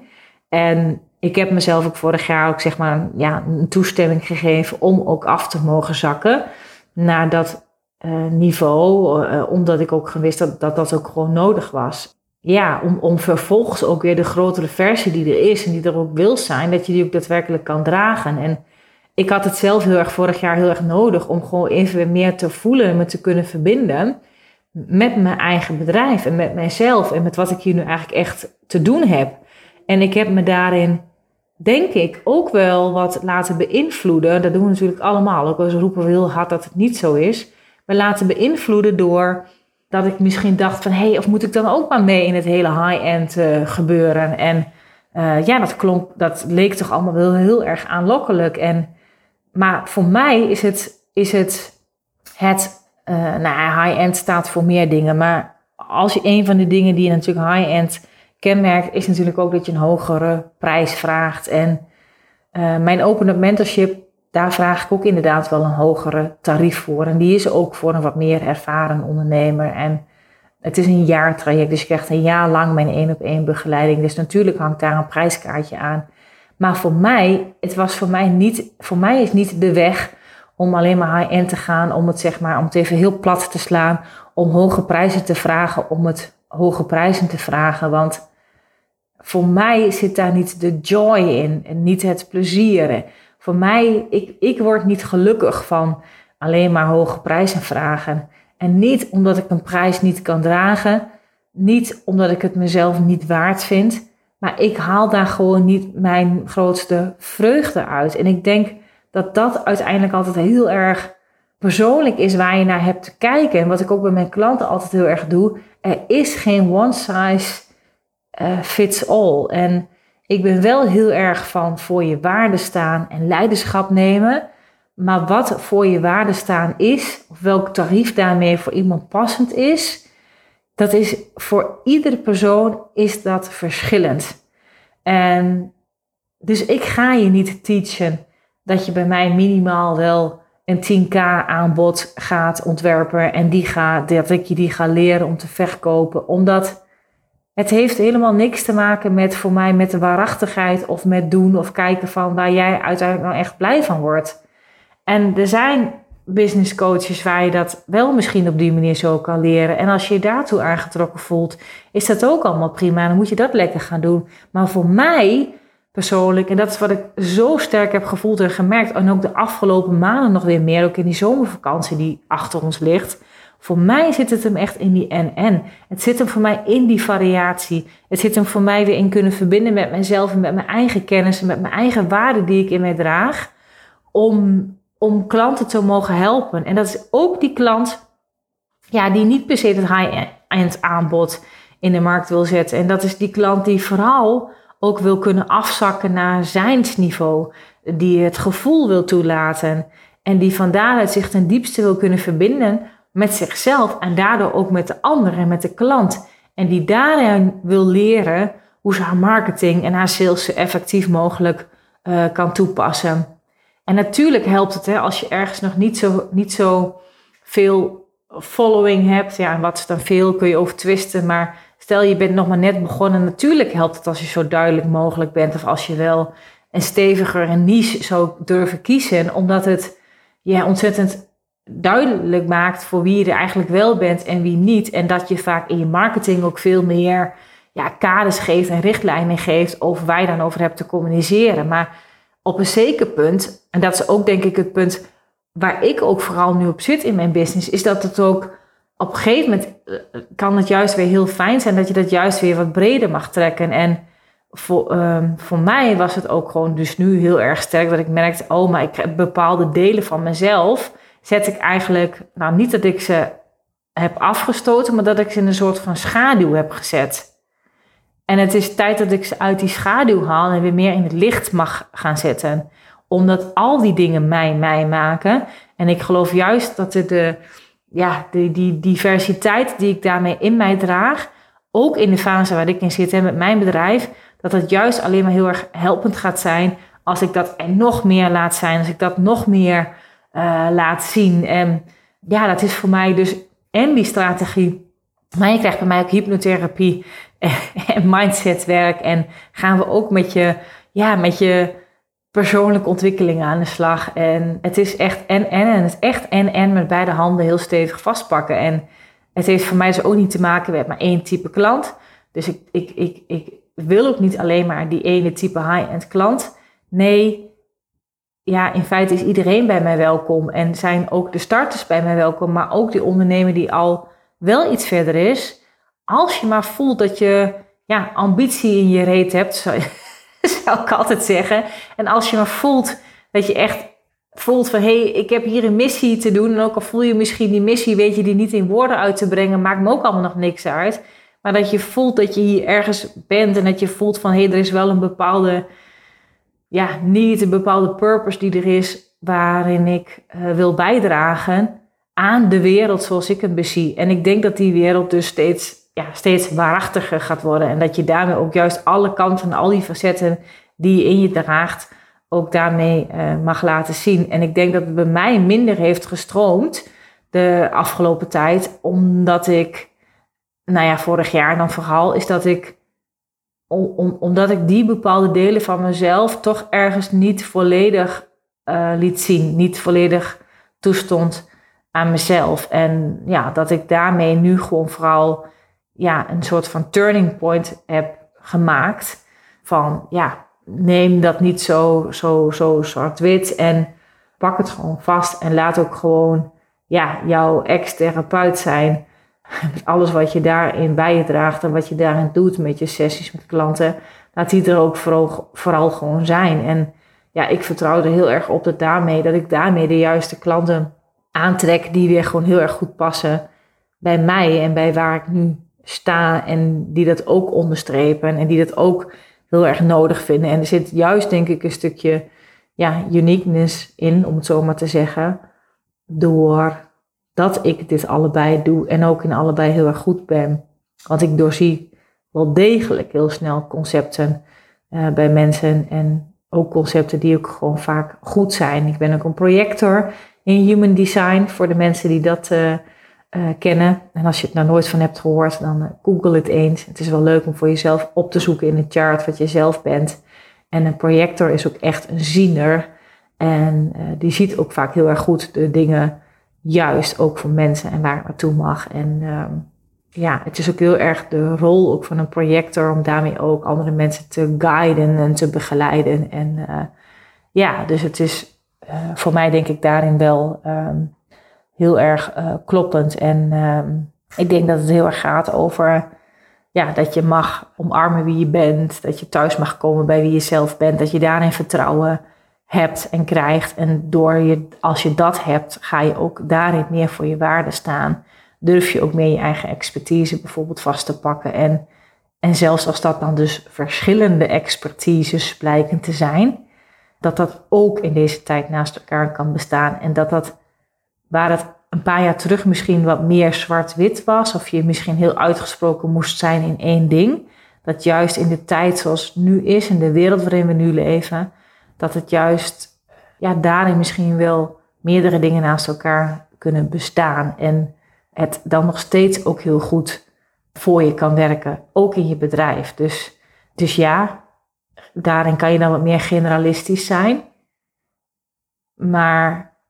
En ik heb mezelf ook vorig jaar ook zeg maar ja, een toestemming gegeven om ook af te mogen zakken naar dat uh, niveau. Uh, omdat ik ook gewist dat, dat dat ook gewoon nodig was. Ja, om, om vervolgens ook weer de grotere versie die er is en die er ook wil zijn, dat je die ook daadwerkelijk kan dragen. En ik had het zelf heel erg vorig jaar heel erg nodig om gewoon even weer meer te voelen en me te kunnen verbinden met mijn eigen bedrijf en met mijzelf en met wat ik hier nu eigenlijk echt te doen heb. En ik heb me daarin, denk ik, ook wel wat laten beïnvloeden. Dat doen we natuurlijk allemaal, ook al roepen we heel hard dat het niet zo is. We laten beïnvloeden door dat ik misschien dacht van, hé, hey, of moet ik dan ook maar mee in het hele high-end uh, gebeuren? En uh, ja, dat klonk, dat leek toch allemaal wel heel erg aanlokkelijk. En, maar voor mij is het, is het, het uh, nou, high-end staat voor meer dingen. Maar als je een van de dingen die je natuurlijk high-end kenmerkt, is natuurlijk ook dat je een hogere prijs vraagt. En uh, mijn Open-up Mentorship, daar vraag ik ook inderdaad wel een hogere tarief voor. En die is ook voor een wat meer ervaren ondernemer. En het is een jaartraject, dus je krijgt een jaar lang mijn één op één begeleiding. Dus natuurlijk hangt daar een prijskaartje aan. Maar voor mij, het was voor mij niet, voor mij is niet de weg om alleen maar high-end te gaan, om het zeg maar, om het even heel plat te slaan, om hoge prijzen te vragen, om het hoge prijzen te vragen. Want voor mij zit daar niet de joy in en niet het plezier. Voor mij, ik, ik word niet gelukkig van alleen maar hoge prijzen vragen. En niet omdat ik een prijs niet kan dragen. Niet omdat ik het mezelf niet waard vind. Maar ik haal daar gewoon niet mijn grootste vreugde uit. En ik denk dat dat uiteindelijk altijd heel erg persoonlijk is waar je naar hebt te kijken. En wat ik ook bij mijn klanten altijd heel erg doe. Er is geen one size uh, fits all. En ik ben wel heel erg van voor je waarde staan en leiderschap nemen. Maar wat voor je waarde staan is, of welk tarief daarmee voor iemand passend is, dat is voor iedere persoon is dat verschillend. En dus ik ga je niet teachen dat je bij mij minimaal wel een tien k aanbod gaat ontwerpen en die ga, dat ik je die ga leren om te verkopen, omdat het heeft helemaal niks te maken met voor mij met de waarachtigheid of met doen of kijken van waar jij uiteindelijk nou echt blij van wordt. En er zijn business coaches waar je dat wel misschien op die manier zo kan leren. En als je je daartoe aangetrokken voelt, is dat ook allemaal prima. Dan moet je dat lekker gaan doen. Maar voor mij persoonlijk, en dat is wat ik zo sterk heb gevoeld en gemerkt, en ook de afgelopen maanden nog weer meer, ook in die zomervakantie die achter ons ligt. Voor mij zit het hem echt in die en-en. Het zit hem voor mij in die variatie. Het zit hem voor mij weer in kunnen verbinden met mezelf en met mijn eigen kennis en met mijn eigen waarden die ik in mij draag. Om, om klanten te mogen helpen. En dat is ook die klant ja, die niet per se het high-end aanbod in de markt wil zetten. En dat is die klant die vooral ook wil kunnen afzakken naar zijnsniveau. Die het gevoel wil toelaten. En die van daaruit zich ten diepste wil kunnen verbinden met zichzelf en daardoor ook met de ander en met de klant. En die daarin wil leren hoe ze haar marketing en haar sales zo effectief mogelijk uh, kan toepassen. En natuurlijk helpt het hè, als je ergens nog niet zo, niet zo veel following hebt. Ja, en wat is dan veel, kun je over twisten. Maar stel je bent nog maar net begonnen. Natuurlijk helpt het als je zo duidelijk mogelijk bent. Of als je wel een steviger een niche zou durven kiezen. Omdat het ja, ontzettend duidelijk maakt voor wie je er eigenlijk wel bent en wie niet. En dat je vaak in je marketing ook veel meer ja, kaders geeft en richtlijnen geeft over waar je dan over hebt te communiceren. Maar op een zeker punt, en dat is ook denk ik het punt waar ik ook vooral nu op zit in mijn business, is dat het ook op een gegeven moment kan het juist weer heel fijn zijn dat je dat juist weer wat breder mag trekken. En voor, um, voor mij was het ook gewoon dus nu heel erg sterk dat ik merkte, oh, maar ik heb bepaalde delen van mezelf, zet ik eigenlijk, nou niet dat ik ze heb afgestoten, maar dat ik ze in een soort van schaduw heb gezet. En het is tijd dat ik ze uit die schaduw haal en weer meer in het licht mag gaan zetten. Omdat al die dingen mij, mij maken. En ik geloof juist dat de, de, ja, de, die diversiteit die ik daarmee in mij draag, ook in de fase waar ik in zit en met mijn bedrijf, dat het juist alleen maar heel erg helpend gaat zijn als ik dat er nog meer laat zijn, als ik dat nog meer uh, laat zien. En ja, dat is voor mij dus en die strategie. Maar je krijgt bij mij ook hypnotherapie en mindsetwerk. En gaan we ook met je, ja, met je persoonlijke ontwikkeling aan de slag. En het is echt en en. En het is echt en en met beide handen heel stevig vastpakken. En het heeft voor mij dus ook niet te maken met maar één type klant. Dus ik, ik, ik, ik wil ook niet alleen maar die ene type high-end klant. Nee, ja, in feite is iedereen bij mij welkom. En zijn ook de starters bij mij welkom. Maar ook die ondernemer die al wel iets verder is. Als je maar voelt dat je ja, ambitie in je reet hebt, zou, zou ik altijd zeggen. En als je maar voelt dat je echt voelt van, hé, hey, ik heb hier een missie te doen. En ook al voel je misschien die missie, weet je die niet in woorden uit te brengen, maakt me ook allemaal nog niks uit. Maar dat je voelt dat je hier ergens bent en dat je voelt van, hé, hey, er is wel een bepaalde, ja, niet een bepaalde purpose die er is, waarin ik uh, wil bijdragen aan de wereld zoals ik het bezie. En ik denk dat die wereld dus steeds, ja, steeds waarachtiger gaat worden. En dat je daarmee ook juist alle kanten en al die facetten die je in je draagt, ook daarmee uh, mag laten zien. En ik denk dat het bij mij minder heeft gestroomd de afgelopen tijd. Omdat ik, nou ja, vorig jaar dan vooral, is dat ik, om, om, omdat ik die bepaalde delen van mezelf toch ergens niet volledig uh, liet zien. Niet volledig toestond aan mezelf. En ja, dat ik daarmee nu gewoon vooral ja, een soort van turning point heb gemaakt. Van ja, neem dat niet zo, zo, zo zwart-wit en pak het gewoon vast. En laat ook gewoon ja, jouw ex-therapeut zijn. Met alles wat je daarin bijdraagt en wat je daarin doet met je sessies met klanten. Laat die er ook vooral, vooral gewoon zijn. En ja, ik vertrouw er heel erg op dat daarmee, dat ik daarmee de juiste klanten aantrek die weer gewoon heel erg goed passen bij mij en bij waar ik nu sta en die dat ook onderstrepen en die dat ook heel erg nodig vinden. En er zit juist denk ik een stukje ja, uniqueness in, om het zo maar te zeggen, doordat ik dit allebei doe en ook in allebei heel erg goed ben. Want ik doorzie wel degelijk heel snel concepten uh, bij mensen en ook concepten die ook gewoon vaak goed zijn. Ik ben ook een projector in Human Design, voor de mensen die dat uh, uh, kennen. En als je het nou nooit van hebt gehoord, dan uh, google het eens. Het is wel leuk om voor jezelf op te zoeken in het chart wat je zelf bent. En een projector is ook echt een ziener. En uh, die ziet ook vaak heel erg goed de dingen juist, ook voor mensen en waar het naartoe mag. En uh, ja, het is ook heel erg de rol ook van een projector om daarmee ook andere mensen te guiden en te begeleiden. En uh, ja, dus het is Uh, voor mij denk ik daarin wel um, heel erg uh, kloppend. En um, ik denk dat het heel erg gaat over ja, dat je mag omarmen wie je bent. Dat je thuis mag komen bij wie je zelf bent. Dat je daarin vertrouwen hebt en krijgt. En door je, als je dat hebt, ga je ook daarin meer voor je waarde staan. Durf je ook meer je eigen expertise bijvoorbeeld vast te pakken. En, en zelfs als dat dan dus verschillende expertises blijken te zijn, dat dat ook in deze tijd naast elkaar kan bestaan. En dat dat, waar het een paar jaar terug misschien wat meer zwart-wit was, of je misschien heel uitgesproken moest zijn in één ding, dat juist in de tijd zoals het nu is, in de wereld waarin we nu leven, dat het juist ja, daarin misschien wel meerdere dingen naast elkaar kunnen bestaan. En het dan nog steeds ook heel goed voor je kan werken, ook in je bedrijf. Dus, dus ja, daarin kan je dan wat meer generalistisch zijn. Maar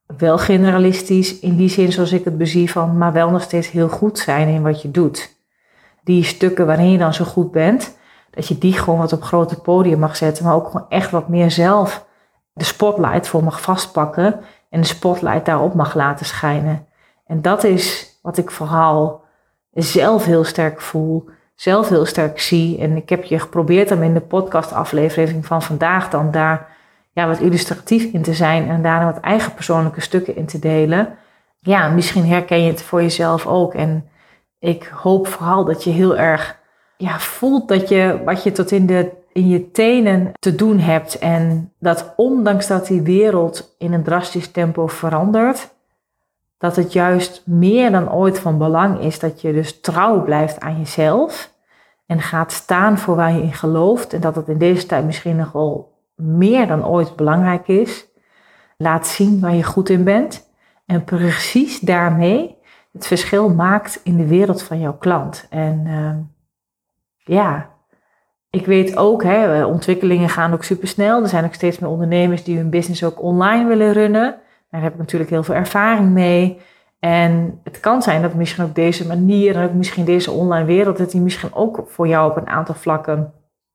Wel generalistisch in die zin zoals ik het bezie van, maar wel nog steeds heel goed zijn in wat je doet. Die stukken waarin je dan zo goed bent, dat je die gewoon wat op grote podium mag zetten, maar ook gewoon echt wat meer zelf de spotlight voor mag vastpakken en de spotlight daarop mag laten schijnen. En dat is wat ik vooral zelf heel sterk voel, zelf heel sterk zie. En ik heb je geprobeerd om in de podcastaflevering van vandaag dan daar ja, wat illustratief in te zijn en daar wat eigen persoonlijke stukken in te delen. Ja, misschien herken je het voor jezelf ook. En ik hoop vooral dat je heel erg ja, voelt dat je wat je tot in, de, in je tenen te doen hebt. En dat ondanks dat die wereld in een drastisch tempo verandert, dat het juist meer dan ooit van belang is dat je dus trouw blijft aan jezelf. En gaat staan voor waar je in gelooft. En dat het in deze tijd misschien nog wel meer dan ooit belangrijk is. Laat zien waar je goed in bent. En precies daarmee het verschil maakt in de wereld van jouw klant. En uh, ja, ik weet ook, hè, ontwikkelingen gaan ook supersnel. Er zijn ook steeds meer ondernemers die hun business ook online willen runnen. Daar heb ik natuurlijk heel veel ervaring mee. En het kan zijn dat misschien ook deze manier en ook misschien deze online wereld, dat die misschien ook voor jou op een aantal vlakken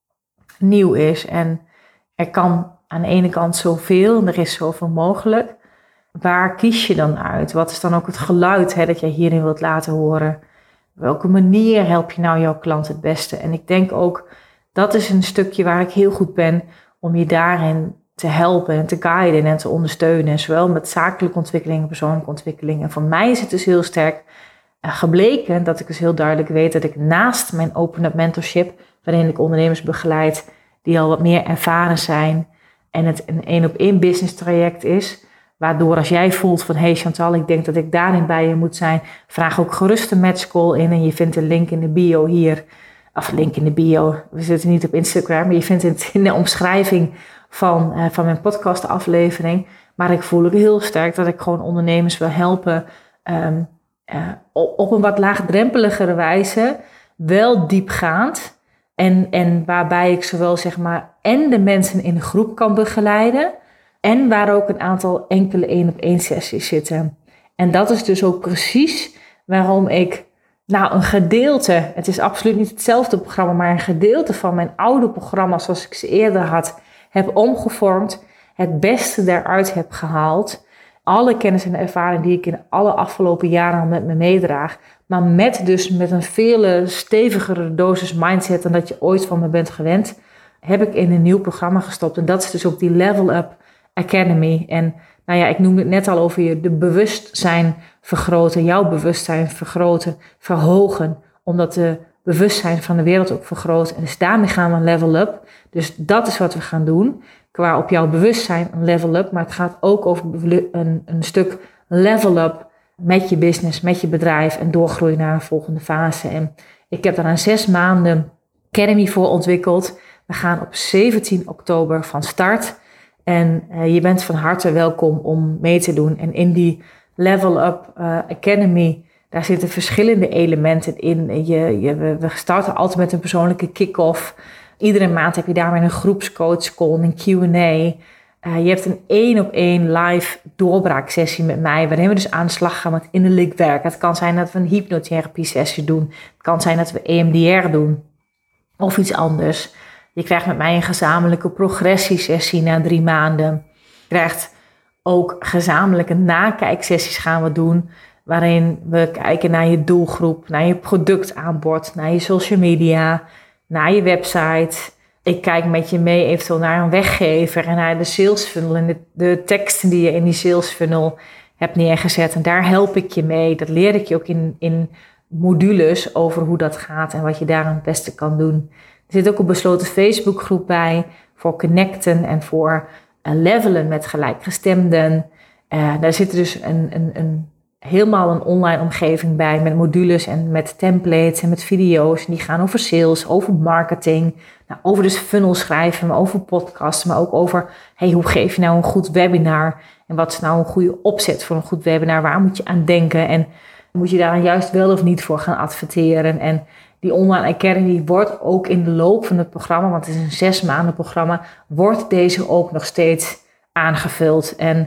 nieuw is. En er kan aan de ene kant zoveel en er is zoveel mogelijk. Waar kies je dan uit? Wat is dan ook het geluid hè, dat jij hierin wilt laten horen? Op welke manier help je nou jouw klant het beste? En ik denk ook, dat is een stukje waar ik heel goed ben om je daarin te helpen en te guiden en te ondersteunen. Zowel met zakelijke ontwikkeling en persoonlijke ontwikkeling. En voor mij is het dus heel sterk gebleken dat ik dus heel duidelijk weet dat ik naast mijn open-up mentorship, waarin ik ondernemers begeleid die al wat meer ervaren zijn en het een één-op-één business traject is, waardoor als jij voelt van hey Chantal, ik denk dat ik daarin bij je moet zijn, vraag ook gerust een matchcall in en je vindt een link in de bio hier, of link in de bio, we zitten niet op Instagram, maar je vindt het in de omschrijving van, uh, van mijn podcastaflevering. Maar ik voel ook heel sterk dat ik gewoon ondernemers wil helpen um, uh, op een wat laagdrempeligere wijze, wel diepgaand. En, en waarbij ik zowel zeg maar en de mensen in de groep kan begeleiden en waar ook een aantal enkele één-op-één sessies zitten. En dat is dus ook precies waarom ik nou een gedeelte, het is absoluut niet hetzelfde programma, maar een gedeelte van mijn oude programma zoals ik ze eerder had, heb omgevormd, het beste daaruit heb gehaald. Alle kennis en ervaring die ik in alle afgelopen jaren al met me meedraag, maar met dus met een veel stevigere dosis mindset dan dat je ooit van me bent gewend, heb ik in een nieuw programma gestopt. En dat is dus ook die Level Up Academy. En nou ja, ik noemde het net al over je de bewustzijn vergroten, jouw bewustzijn vergroten, verhogen, omdat de bewustzijn van de wereld ook vergroot. En dus daarmee gaan we een level up. Dus dat is wat we gaan doen. Qua op jouw bewustzijn een level up. Maar het gaat ook over een, een stuk level up met je business, met je bedrijf. En doorgroeien naar een volgende fase. En ik heb daar een zes maanden academy voor ontwikkeld. We gaan op zeventien oktober van start. En uh, je bent van harte welkom om mee te doen. En in die Level Up uh, Academy, daar zitten verschillende elementen in. Je, je, we starten altijd met een persoonlijke kick-off. Iedere maand heb je daarmee een groepscoachcall, een Q and A. Uh, je hebt een één-op-één live doorbraaksessie met mij, waarin we dus aan de slag gaan met innerlijk werk. Het kan zijn dat we een hypnotherapie sessie doen. Het kan zijn dat we E M D R doen. Of iets anders. Je krijgt met mij een gezamenlijke progressiesessie na drie maanden. Je krijgt ook gezamenlijke nakijksessies gaan we doen, waarin we kijken naar je doelgroep, naar je productaanbod, naar je social media, naar je website. Ik kijk met je mee eventueel naar een weggever en naar de sales funnel en de, de teksten die je in die sales funnel hebt neergezet. En daar help ik je mee. Dat leer ik je ook in, in modules over hoe dat gaat en wat je daar het beste kan doen. Er zit ook een besloten Facebookgroep bij voor connecten en voor uh, levelen met gelijkgestemden. Uh, daar zit dus een, een, een, helemaal een online omgeving bij met modules en met templates en met video's. En die gaan over sales, over marketing, nou, over dus funnel schrijven, maar over podcasts, maar ook over hey, hoe geef je nou een goed webinar en wat is nou een goede opzet voor een goed webinar, waar moet je aan denken en moet je daar juist wel of niet voor gaan adverteren. En die Online Academy wordt ook in de loop van het programma, want het is een zes maanden programma, wordt deze ook nog steeds aangevuld. En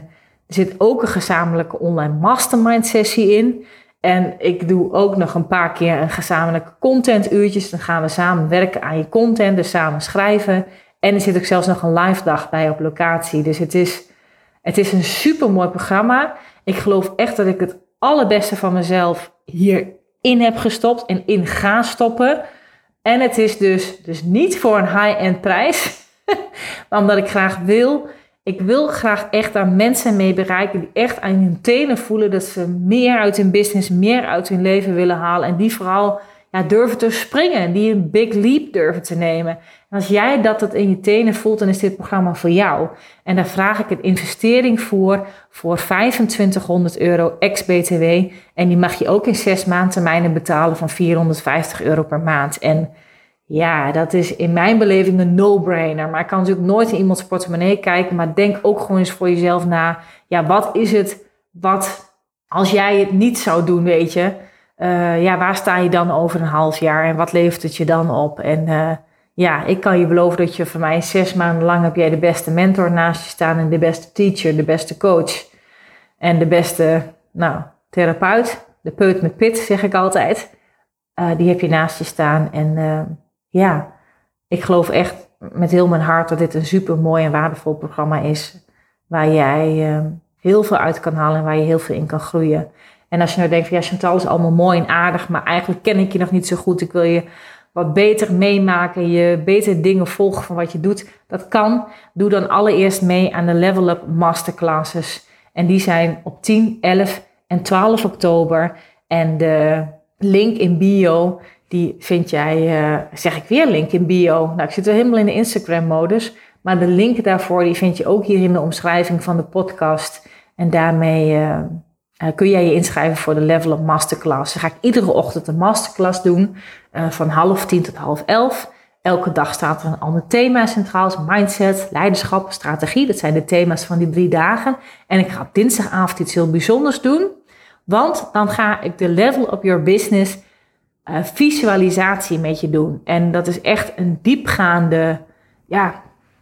Er zit ook een gezamenlijke online mastermind sessie in. En ik doe ook nog een paar keer een gezamenlijke contentuurtjes. Dan gaan we samen werken aan je content, dus samen schrijven. En er zit ook zelfs nog een live dag bij op locatie. Dus het is, het is een super mooi programma. Ik geloof echt dat ik het allerbeste van mezelf hierin heb gestopt en in ga stoppen. En het is dus, dus niet voor een high-end prijs. Maar omdat ik graag wil... Ik wil graag echt daar mensen mee bereiken die echt aan hun tenen voelen dat ze meer uit hun business, meer uit hun leven willen halen. En die vooral ja, durven te springen, die een big leap durven te nemen. En als jij dat, dat in je tenen voelt, dan is dit programma voor jou. En daar vraag ik een investering voor, voor vijfentwintighonderd euro ex-B T W. En die mag je ook in zes maandtermijnen betalen van vierhonderdvijftig euro per maand. En ja, dat is in mijn beleving een no-brainer. Maar ik kan natuurlijk nooit in iemands portemonnee kijken. Maar denk ook gewoon eens voor jezelf na. Ja, wat is het wat, als jij het niet zou doen, weet je. Uh, ja, waar sta je dan over een half jaar? En wat levert het je dan op? En uh, ja, ik kan je beloven dat je voor mij zes maanden lang heb jij de beste mentor naast je staan. En de beste teacher, de beste coach. En de beste, nou, therapeut. De peut met pit, zeg ik altijd. Uh, die heb je naast je staan. En... Uh, Ja, ik geloof echt met heel mijn hart dat dit een super mooi en waardevol programma is. Waar jij uh, heel veel uit kan halen en waar je heel veel in kan groeien. En als je nou denkt van ja, Chantal is allemaal mooi en aardig, maar eigenlijk ken ik je nog niet zo goed. Ik wil je wat beter meemaken, je beter dingen volgen van wat je doet. Dat kan. Doe dan allereerst mee aan de Level Up Masterclasses. En die zijn op tien, elf en twaalf oktober. En de link in bio... Die vind jij, uh, zeg ik weer, link in bio. Nou, ik zit er helemaal in de Instagram-modus. Maar de link daarvoor, die vind je ook hier in de omschrijving van de podcast. En daarmee uh, uh, kun jij je inschrijven voor de Level Up Masterclass. Dan ga ik iedere ochtend een masterclass doen. Uh, van half tien tot half elf. Elke dag staat er een ander thema centraal. Mindset, leiderschap, strategie. Dat zijn de thema's van die drie dagen. En ik ga op dinsdagavond iets heel bijzonders doen. Want dan ga ik de Level Up Your Business... Uh, visualisatie met je doen. En dat is echt een diepgaande, ja,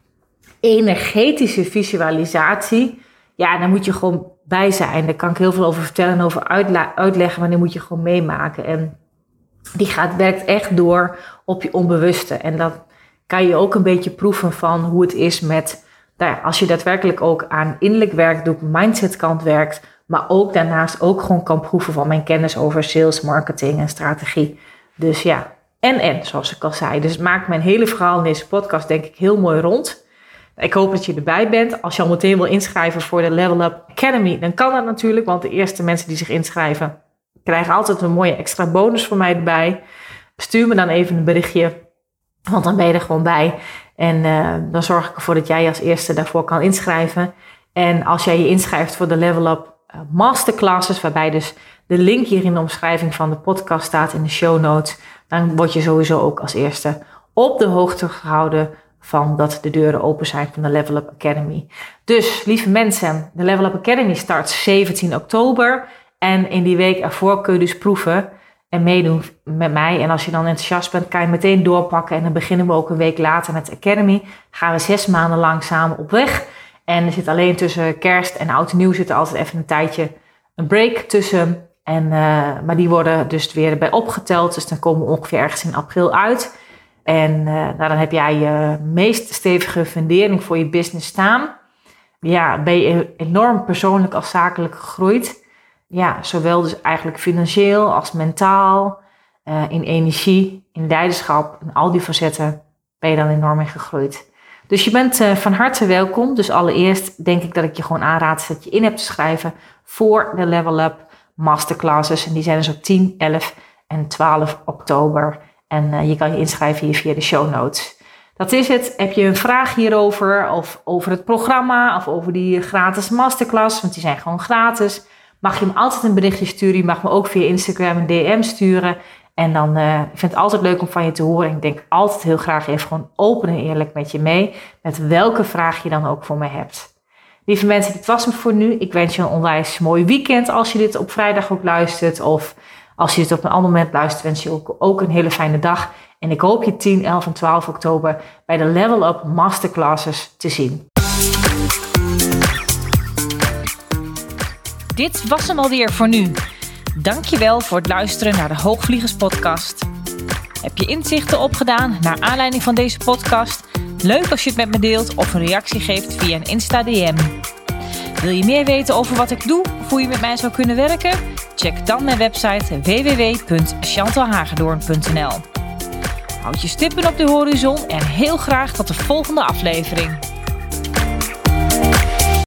energetische visualisatie. Ja, daar moet je gewoon bij zijn. Daar kan ik heel veel over vertellen en over uitla- uitleggen, maar die moet je gewoon meemaken. En die gaat, werkt echt door op je onbewuste. En dan kan je ook een beetje proeven van hoe het is met, nou ja, als je daadwerkelijk ook aan innerlijk werk doet, mindset kant werkt, maar ook daarnaast ook gewoon kan proeven van mijn kennis over sales, marketing en strategie. Dus ja, en en, zoals ik al zei. Dus het maakt mijn hele verhaal in deze podcast denk ik heel mooi rond. Ik hoop dat je erbij bent. Als je al meteen wil inschrijven voor de Level Up Academy, dan kan dat natuurlijk. Want de eerste mensen die zich inschrijven, krijgen altijd een mooie extra bonus voor mij erbij. Stuur me dan even een berichtje, want dan ben je er gewoon bij. En uh, dan zorg ik ervoor dat jij als eerste daarvoor kan inschrijven. En als jij je inschrijft voor de Level Up Masterclasses, waarbij dus de link hier in de omschrijving van de podcast staat in de show notes, dan word je sowieso ook als eerste op de hoogte gehouden van dat de deuren open zijn van de Level Up Academy. Dus, lieve mensen, de Level Up Academy start zeventien oktober. En in die week ervoor kun je dus proeven en meedoen met mij. En als je dan enthousiast bent, kan je meteen doorpakken. En dan beginnen we ook een week later met de Academy. Gaan we zes maanden lang samen op weg. En er zit alleen tussen kerst en oud en nieuw zit er altijd even een tijdje een break tussen. En, uh, maar die worden dus weer bij opgeteld. Dus dan komen we ongeveer ergens in april uit. En uh, nou, dan heb jij je meest stevige fundering voor je business staan. Ja, ben je enorm persoonlijk als zakelijk gegroeid. Ja, zowel dus eigenlijk financieel als mentaal, uh, in energie, in leiderschap. En al die facetten ben je dan enorm in gegroeid. Dus je bent uh, van harte welkom. Dus allereerst denk ik dat ik je gewoon aanraad dat je in hebt te schrijven voor de Level Up Masterclasses. En die zijn dus op tien, elf en twaalf oktober. En uh, je kan je inschrijven hier via de show notes. Dat is het. Heb je een vraag hierover of over het programma of over die gratis masterclass, want die zijn gewoon gratis, mag je me altijd een berichtje sturen. Je mag me ook via Instagram een D M sturen. En dan uh, ik vind het altijd leuk om van je te horen. En ik denk altijd heel graag even gewoon open en eerlijk met je mee. Met welke vraag je dan ook voor mij hebt. Lieve mensen, dit was hem voor nu. Ik wens je een onwijs mooi weekend als je dit op vrijdag ook luistert. Of als je dit op een ander moment luistert, wens je ook, ook een hele fijne dag. En ik hoop je tien, elf en twaalf oktober bij de Level Up Masterclasses te zien. Dit was hem alweer voor nu. Dankjewel voor het luisteren naar de Hoogvliegers podcast. Heb je inzichten opgedaan naar aanleiding van deze podcast? Leuk als je het met me deelt of een reactie geeft via een Insta D M. Wil je meer weten over wat ik doe of hoe je met mij zou kunnen werken? Check dan mijn website w w w punt chantal hagedoorn punt n l. Houd je stippen op de horizon en heel graag tot de volgende aflevering.